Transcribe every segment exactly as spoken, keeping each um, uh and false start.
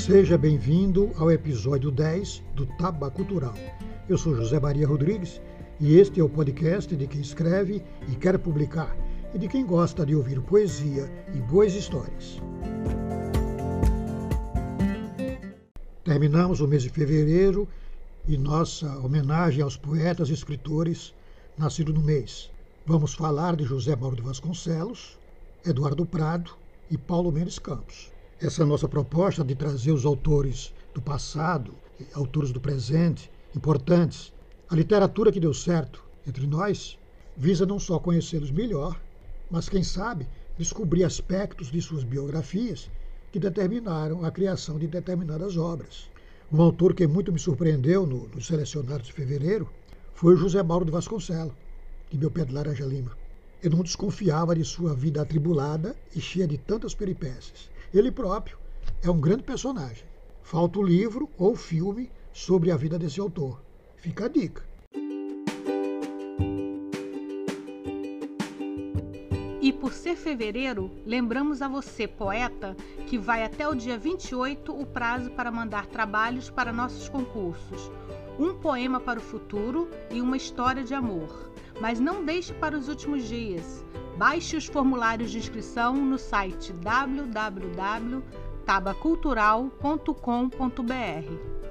Seja bem-vindo ao episódio dez do Taba Cultural. Eu sou José Maria Rodrigues e este é o podcast de quem escreve e quer publicar e de quem gosta de ouvir poesia e boas histórias. Terminamos o mês de fevereiro e nossa homenagem aos poetas e escritores nascidos no mês. Vamos falar de José Mauro de Vasconcelos, Eduardo Prado e Paulo Mendes Campos. Essa nossa proposta de trazer os autores do passado, autores do presente, importantes, a literatura que deu certo entre nós, visa não só conhecê-los melhor, mas, quem sabe, descobrir aspectos de suas biografias que determinaram a criação de determinadas obras. Um autor que muito me surpreendeu no, no selecionário de fevereiro foi o José Mauro de Vasconcelos, de Meu Pé de Laranja Lima. Eu não desconfiava de sua vida atribulada e cheia de tantas peripécias. Ele próprio é um grande personagem. Falta o livro ou filme sobre a vida desse autor. Fica a dica. E por ser fevereiro, lembramos a você, poeta, que vai até o dia vinte e oito o prazo para mandar trabalhos para nossos concursos. Um poema para o futuro e uma história de amor. Mas não deixe para os últimos dias. Baixe os formulários de inscrição no site w w w ponto tabacultural ponto com ponto b r.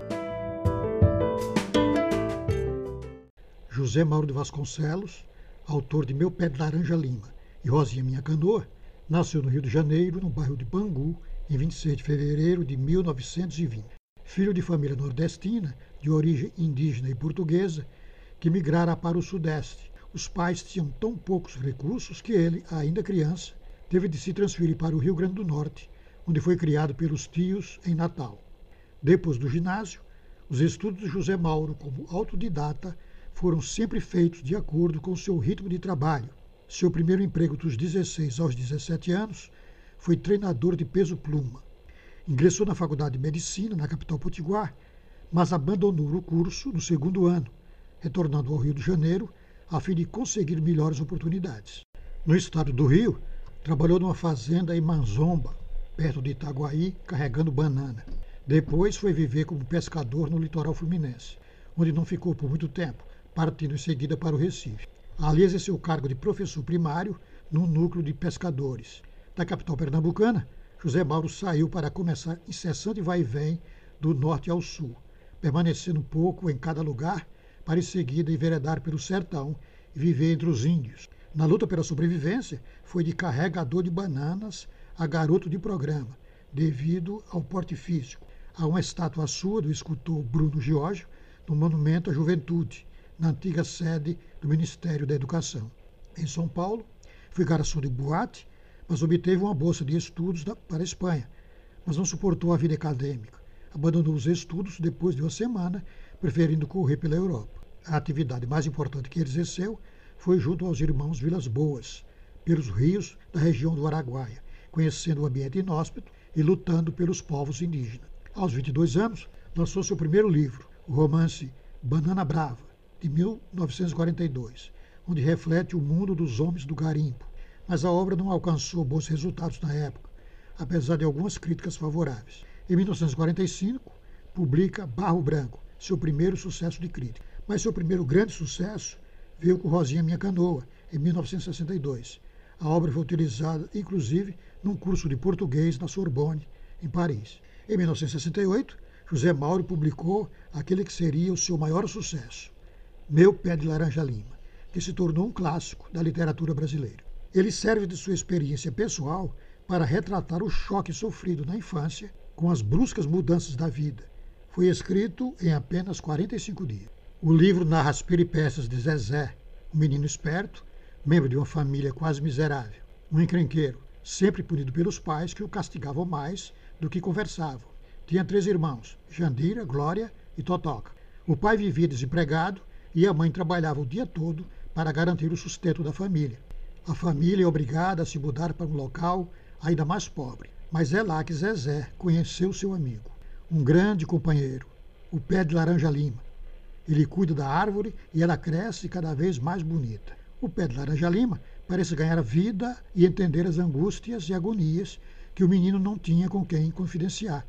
José Mauro de Vasconcelos, autor de Meu Pé de Laranja Lima e Rosinha Minha Canoa, nasceu no Rio de Janeiro, no bairro de Bangu, em vinte e seis de fevereiro de mil novecentos e vinte. Filho de família nordestina, de origem indígena e portuguesa, que migrara para o Sudeste. Os pais tinham tão poucos recursos que ele, ainda criança, teve de se transferir para o Rio Grande do Norte, onde foi criado pelos tios em Natal. Depois do ginásio, os estudos de José Mauro como autodidata foram sempre feitos de acordo com seu ritmo de trabalho. Seu primeiro emprego dos dezesseis aos dezessete anos foi treinador de peso pluma. Ingressou na Faculdade de Medicina, na capital potiguar, mas abandonou o curso no segundo ano, retornando ao Rio de Janeiro a fim de conseguir melhores oportunidades. No estado do Rio, trabalhou numa fazenda em Manzomba, perto de Itaguaí, carregando banana. Depois foi viver como pescador no litoral fluminense, onde não ficou por muito tempo, partindo em seguida para o Recife. Ali exerceu o cargo de professor primário no núcleo de pescadores. Da capital pernambucana, José Mauro saiu para começar incessante vai e vem do norte ao sul, permanecendo um pouco em cada lugar para em seguida enveredar pelo sertão e viver entre os índios. Na luta pela sobrevivência, foi de carregador de bananas a garoto de programa, devido ao porte físico. Há uma estátua sua do escultor Bruno Giorgio no Monumento à Juventude, na antiga sede do Ministério da Educação. Em São Paulo, foi garçom de boate, mas obteve uma bolsa de estudos para a Espanha, mas não suportou a vida acadêmica. Abandonou os estudos depois de uma semana, preferindo correr pela Europa. A atividade mais importante que ele exerceu foi junto aos irmãos Vilas Boas, pelos rios da região do Araguaia, conhecendo o ambiente inóspito e lutando pelos povos indígenas. Aos vinte e dois anos, lançou seu primeiro livro, o romance Banana Brava, de mil novecentos e quarenta e dois, onde reflete o mundo dos homens do garimpo, mas a obra não alcançou bons resultados na época, apesar de algumas críticas favoráveis. Em mil novecentos e quarenta e cinco, publica Barro Branco, seu primeiro sucesso de crítica. Mas seu primeiro grande sucesso veio com Rosinha Minha Canoa, em mil novecentos e sessenta e dois. A obra foi utilizada, inclusive, num curso de português na Sorbonne, em Paris. Em mil novecentos e sessenta e oito, José Mauro publicou aquele que seria o seu maior sucesso, Meu Pé de Laranja Lima, que se tornou um clássico da literatura brasileira. Ele serve de sua experiência pessoal para retratar o choque sofrido na infância com as bruscas mudanças da vida. Foi escrito em apenas quarenta e cinco dias. O livro narra as peripécias de Zezé, um menino esperto, membro de uma família quase miserável, um encrenqueiro, sempre punido pelos pais que o castigavam mais do que conversavam. Tinha três irmãos, Jandira, Glória e Totoca. O pai vivia desempregado e a mãe trabalhava o dia todo para garantir o sustento da família. A família é obrigada a se mudar para um local ainda mais pobre, mas é lá que Zezé conheceu seu amigo, um grande companheiro, o Pé de Laranja Lima. Ele cuida da árvore e ela cresce cada vez mais bonita. O Pé de Laranja Lima parece ganhar vida e entender as angústias e agonias que o menino não tinha com quem confidenciar.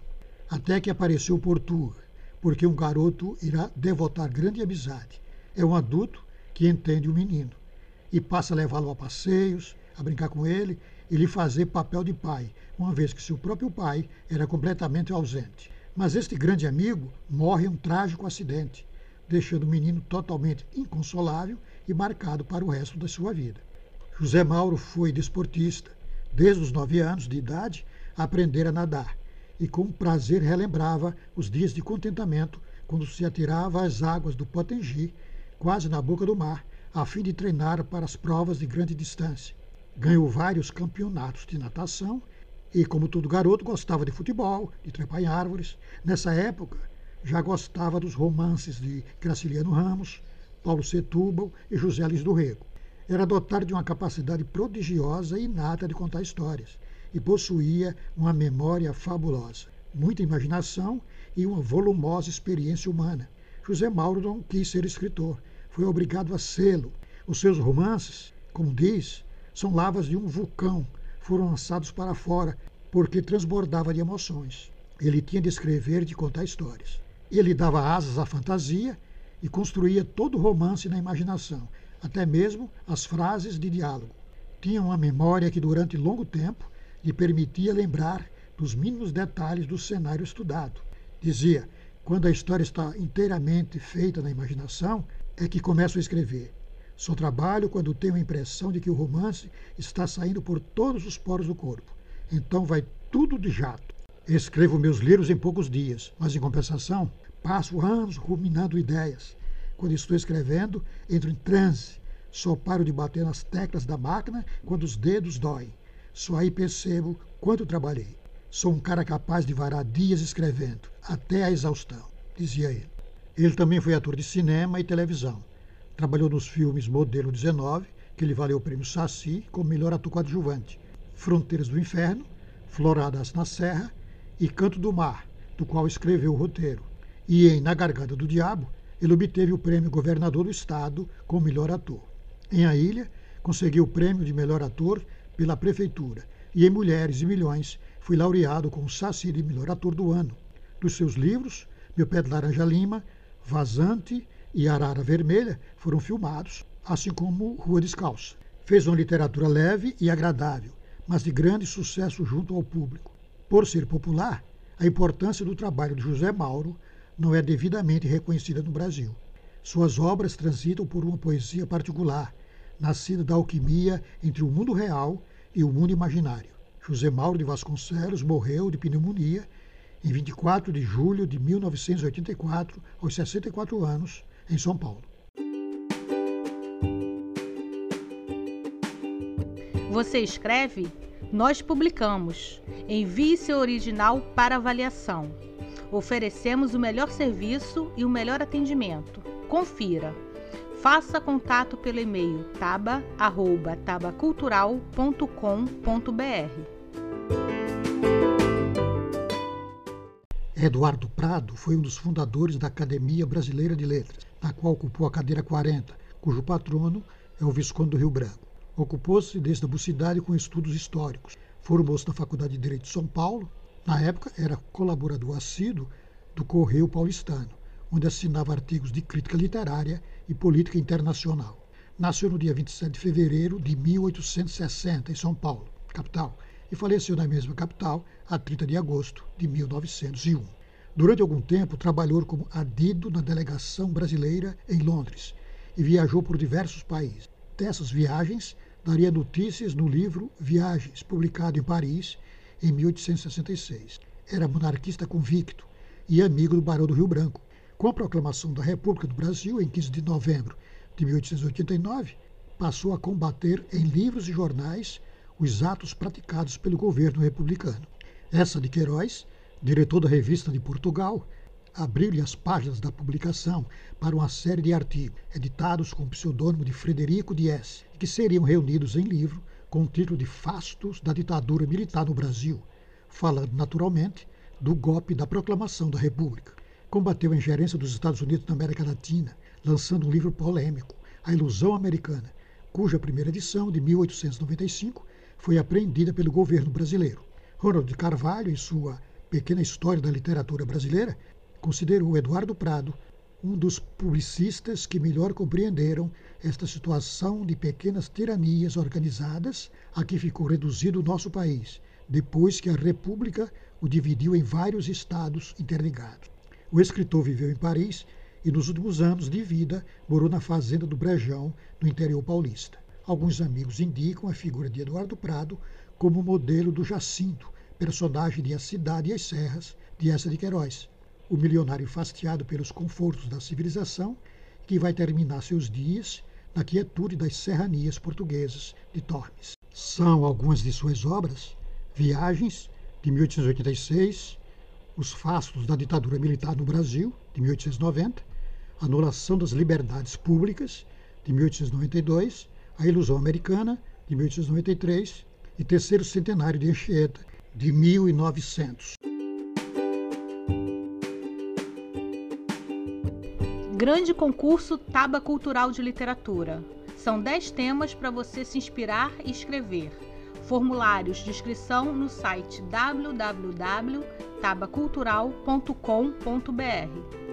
até que apareceu Portuga, porque um garoto irá devotar grande amizade. É um adulto que entende o menino e passa a levá-lo a passeios, a brincar com ele e lhe fazer papel de pai, uma vez que seu próprio pai era completamente ausente. Mas este grande amigo morre em um trágico acidente, deixando o menino totalmente inconsolável e marcado para o resto da sua vida. José Mauro foi desportista. Desde os nove anos de idade, aprendera a nadar e com prazer relembrava os dias de contentamento quando se atirava às águas do Potengi, quase na boca do mar, a fim de treinar para as provas de grande distância. Ganhou vários campeonatos de natação e, como todo garoto, gostava de futebol, de trepar em árvores. Nessa época, já gostava dos romances de Graciliano Ramos, Paulo Setúbal e José Lins do Rego. Era dotado de uma capacidade prodigiosa e inata de contar histórias e possuía uma memória fabulosa, muita imaginação e uma volumosa experiência humana. José Mauro não quis ser escritor, foi obrigado a sê-lo. Os seus romances, como diz, são lavas de um vulcão, foram lançados para fora porque transbordava de emoções. Ele tinha de escrever e de contar histórias. Ele dava asas à fantasia e construía todo o romance na imaginação, até mesmo as frases de diálogo. Tinha uma memória que durante longo tempo lhe permitia lembrar dos mínimos detalhes do cenário estudado. Dizia, quando a história está inteiramente feita na imaginação, é que começo a escrever. Só trabalho quando tenho a impressão de que o romance está saindo por todos os poros do corpo. Então vai tudo de jato. Escrevo meus livros em poucos dias, mas em compensação, passo anos ruminando ideias. Quando estou escrevendo, entro em transe. Só paro de bater nas teclas da máquina quando os dedos doem. Só aí percebo quanto trabalhei. Sou um cara capaz de varar dias escrevendo, até a exaustão, dizia ele. Ele também foi ator de cinema e televisão. Trabalhou nos filmes Modelo dezenove, que lhe valeu o prêmio Saci como melhor ator coadjuvante, Fronteiras do Inferno, Floradas na Serra e Canto do Mar, do qual escreveu o roteiro. E em Na Garganta do Diabo, ele obteve o prêmio Governador do Estado como melhor ator. Em A Ilha, conseguiu o prêmio de melhor ator pela Prefeitura. E em Mulheres e Milhões, foi laureado com o Saci de melhor ator do ano. Dos seus livros, Meu Pé de Laranja Lima, Vazante e Arara Vermelha foram filmados, assim como Rua Descalça. Fez uma literatura leve e agradável, mas de grande sucesso junto ao público. Por ser popular, a importância do trabalho de José Mauro não é devidamente reconhecida no Brasil. Suas obras transitam por uma poesia particular, nascida da alquimia entre o mundo real e o mundo imaginário. José Mauro de Vasconcelos morreu de pneumonia em vinte e quatro de julho de mil novecentos e oitenta e quatro, aos sessenta e quatro anos, em São Paulo. Você escreve? Nós publicamos. Envie seu original para avaliação. Oferecemos o melhor serviço e o melhor atendimento. Confira. Faça contato pelo e-mail taba arroba tabacultural ponto com ponto br. Eduardo Prado foi um dos fundadores da Academia Brasileira de Letras, na qual ocupou a cadeira quarenta, cujo patrono é o Visconde do Rio Branco. Ocupou-se desde a mocidade com estudos históricos. Formou-se na Faculdade de Direito de São Paulo. Na época, era colaborador assíduo do Correio Paulistano, onde assinava artigos de crítica literária e política internacional. Nasceu no dia vinte e sete de fevereiro de mil oitocentos e sessenta, em São Paulo, capital, e faleceu na mesma capital a trinta de agosto de mil novecentos e um. Durante algum tempo, trabalhou como adido na delegação brasileira em Londres e viajou por diversos países. Dessas viagens, daria notícias no livro Viagens, publicado em Paris em mil oitocentos e sessenta e seis. Era monarquista convicto e amigo do Barão do Rio Branco. Com a proclamação da República do Brasil, em quinze de novembro de mil oitocentos e oitenta e nove, passou a combater em livros e jornais os atos praticados pelo governo republicano. Essa de Queiroz, diretor da Revista de Portugal, abriu-lhe as páginas da publicação para uma série de artigos, editados com o pseudônimo de Frederico Dias, que seriam reunidos em livro com o título de Fastos da Ditadura Militar no Brasil, falando naturalmente do golpe da proclamação da República. Combateu a ingerência dos Estados Unidos na América Latina, lançando um livro polêmico, A Ilusão Americana, cuja primeira edição, de mil oitocentos e noventa e cinco, foi apreendida pelo governo brasileiro. Ronald de Carvalho, em sua Pequena História da Literatura Brasileira, considerou Eduardo Prado um dos publicistas que melhor compreenderam esta situação de pequenas tiranias organizadas a que ficou reduzido o nosso país, depois que a República o dividiu em vários estados interligados. O escritor viveu em Paris e nos últimos anos de vida morou na fazenda do Brejão, no interior paulista. Alguns amigos indicam a figura de Eduardo Prado como modelo do Jacinto, personagem de A Cidade e as Serras, de Eça de Queiroz, o milionário fastiado pelos confortos da civilização, que vai terminar seus dias na quietude das serranias portuguesas de Tormes. São algumas de suas obras: Viagens, de mil oitocentos e oitenta e seis, Os Fastos da Ditadura Militar no Brasil, de mil oitocentos e noventa, Anulação das Liberdades Públicas, de mil oitocentos e noventa e dois, A Ilusão Americana, de mil oitocentos e noventa e três, e Terceiro Centenário de Anchieta, de mil e novecentos. Grande Concurso Taba Cultural de Literatura. São dez temas para você se inspirar e escrever. Formulários de inscrição no site w w w ponto tabacultural ponto com ponto b r.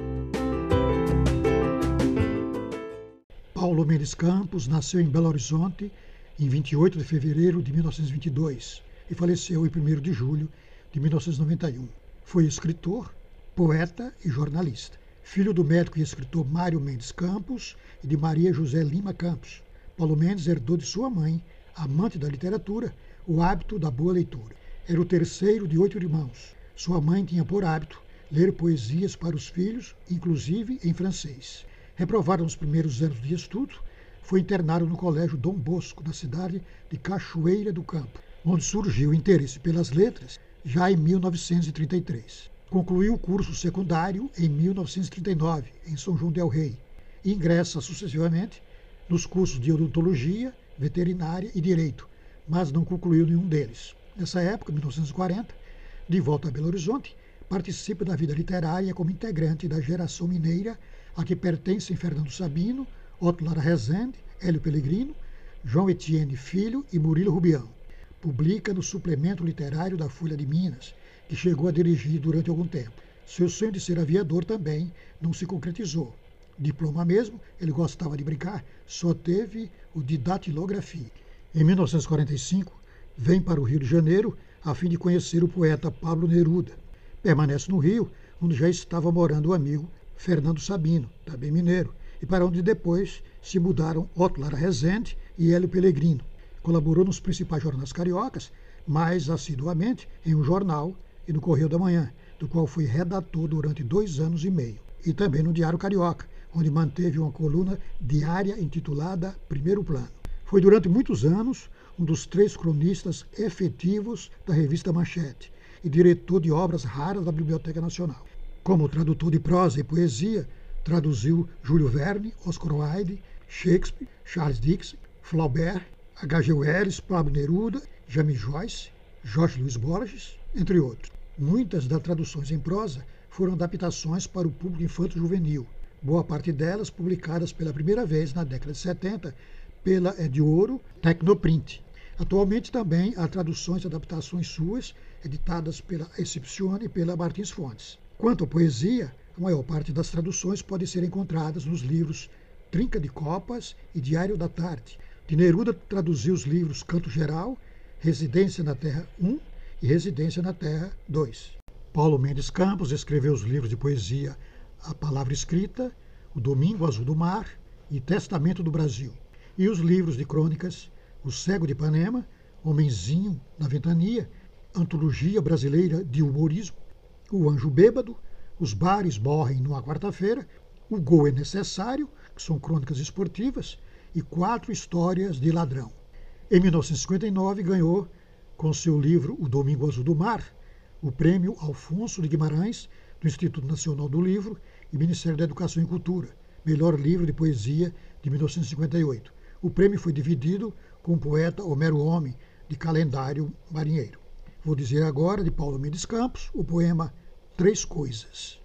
Paulo Mendes Campos nasceu em Belo Horizonte em vinte e oito de fevereiro de mil novecentos e vinte e dois e faleceu em primeiro de julho de mil novecentos e noventa e um. Foi escritor, poeta e jornalista. Filho do médico e escritor Mário Mendes Campos e de Maria José Lima Campos, Paulo Mendes herdou de sua mãe, amante da literatura, o hábito da boa leitura. Era o terceiro de oito irmãos. Sua mãe tinha por hábito ler poesias para os filhos, inclusive em francês. Reprovado nos primeiros anos de estudo, foi internado no Colégio Dom Bosco, na cidade de Cachoeira do Campo, onde surgiu o interesse pelas letras já em mil novecentos e trinta e três. Concluiu o curso secundário em mil novecentos e trinta e nove, em São João del Rei, e ingressa sucessivamente nos cursos de odontologia, veterinária e direito, mas não concluiu nenhum deles. Nessa época, mil novecentos e quarenta, de volta a Belo Horizonte, participa da vida literária como integrante da geração mineira a que pertencem Fernando Sabino, Otto Lara Rezende, Hélio Pellegrino, João Etienne Filho e Murilo Rubião. Publica no suplemento literário da Folha de Minas, que chegou a dirigir durante algum tempo. Seu sonho de ser aviador também não se concretizou. Diploma mesmo, ele gostava de brincar, só teve o de datilografia. Em mil novecentos e quarenta e cinco, vem para o Rio de Janeiro a fim de conhecer o poeta Pablo Neruda. Permanece no Rio, onde já estava morando o amigo Fernando Sabino, também mineiro, e para onde depois se mudaram Otto Lara Rezende e Hélio Pellegrino. Colaborou nos principais jornais cariocas, mais assiduamente em um jornal e no Correio da Manhã, do qual foi redator durante dois anos e meio, e também no Diário Carioca, onde manteve uma coluna diária intitulada Primeiro Plano. Foi durante muitos anos um dos três cronistas efetivos da revista Manchete e diretor de obras raras da Biblioteca Nacional. Como tradutor de prosa e poesia, traduziu Júlio Verne, Oscar Wilde, Shakespeare, Charles Dickens, Flaubert, H G Wells, Pablo Neruda, James Joyce, Jorge Luiz Borges, entre outros. Muitas das traduções em prosa foram adaptações para o público infanto-juvenil, boa parte delas publicadas pela primeira vez na década de setenta pela Ediouro Tecnoprint. Atualmente também há traduções e adaptações suas, editadas pela Excepcione e pela Martins Fontes. Quanto à poesia, a maior parte das traduções pode ser encontradas nos livros Trinca de Copas e Diário da Tarde. De Neruda traduziu os livros Canto Geral, Residência na Terra um e Residência na Terra dois. Paulo Mendes Campos escreveu os livros de poesia A Palavra Escrita, O Domingo Azul do Mar e Testamento do Brasil, e os livros de crônicas O Cego de Ipanema, Homenzinho na Ventania, Antologia Brasileira de Humorismo, O Anjo Bêbado, Os Bares Morrem numa Quarta-feira, O Gol é Necessário, que são crônicas esportivas, e Quatro Histórias de Ladrão. Em mil novecentos e cinquenta e nove, ganhou, com seu livro O Domingo Azul do Mar, o prêmio Alfonso de Guimarães, do Instituto Nacional do Livro e Ministério da Educação e Cultura, melhor livro de poesia de mil novecentos e cinquenta e oito. O prêmio foi dividido com o poeta Homero Homem, de Calendário Marinheiro. Vou dizer agora, de Paulo Mendes Campos, o poema Três Coisas.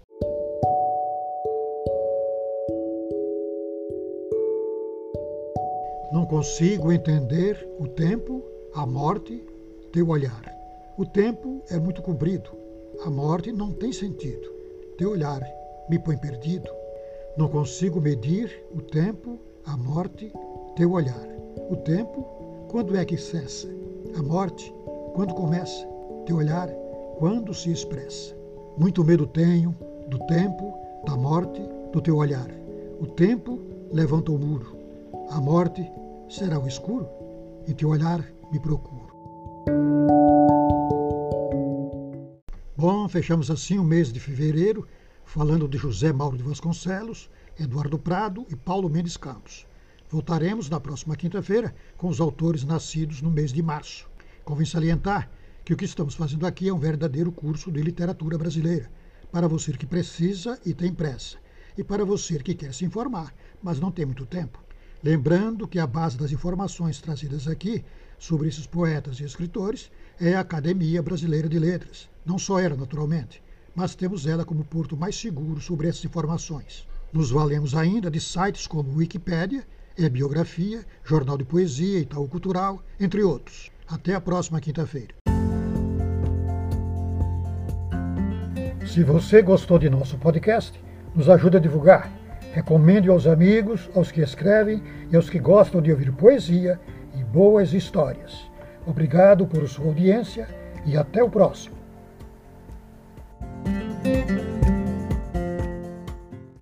Não consigo entender o tempo, a morte, teu olhar. O tempo é muito comprido, A morte não tem sentido. Teu olhar me põe perdido. Não consigo medir o tempo, a morte, teu olhar. O tempo, quando é que cessa? A morte, quando começa? Teu olhar, quando se expressa? Muito medo tenho do tempo, da morte, do teu olhar. O tempo levanta o muro. A morte será o escuro? Em teu olhar me procuro. Bom, fechamos assim o mês de fevereiro, falando de José Mauro de Vasconcelos, Eduardo Prado e Paulo Mendes Campos. Voltaremos na próxima quinta-feira com os autores nascidos no mês de março. Convém salientar que o que estamos fazendo aqui é um verdadeiro curso de literatura brasileira, para você que precisa e tem pressa, e para você que quer se informar, mas não tem muito tempo. Lembrando que a base das informações trazidas aqui sobre esses poetas e escritores é a Academia Brasileira de Letras. Não só ela, naturalmente, mas temos ela como porto mais seguro sobre essas informações. Nos valemos ainda de sites como Wikipédia, E-Biografia, Jornal de Poesia, Itaú Cultural, entre outros. Até a próxima quinta-feira. Se você gostou de nosso podcast, nos ajude a divulgar. Recomende aos amigos, aos que escrevem e aos que gostam de ouvir poesia e boas histórias. Obrigado por sua audiência e até o próximo.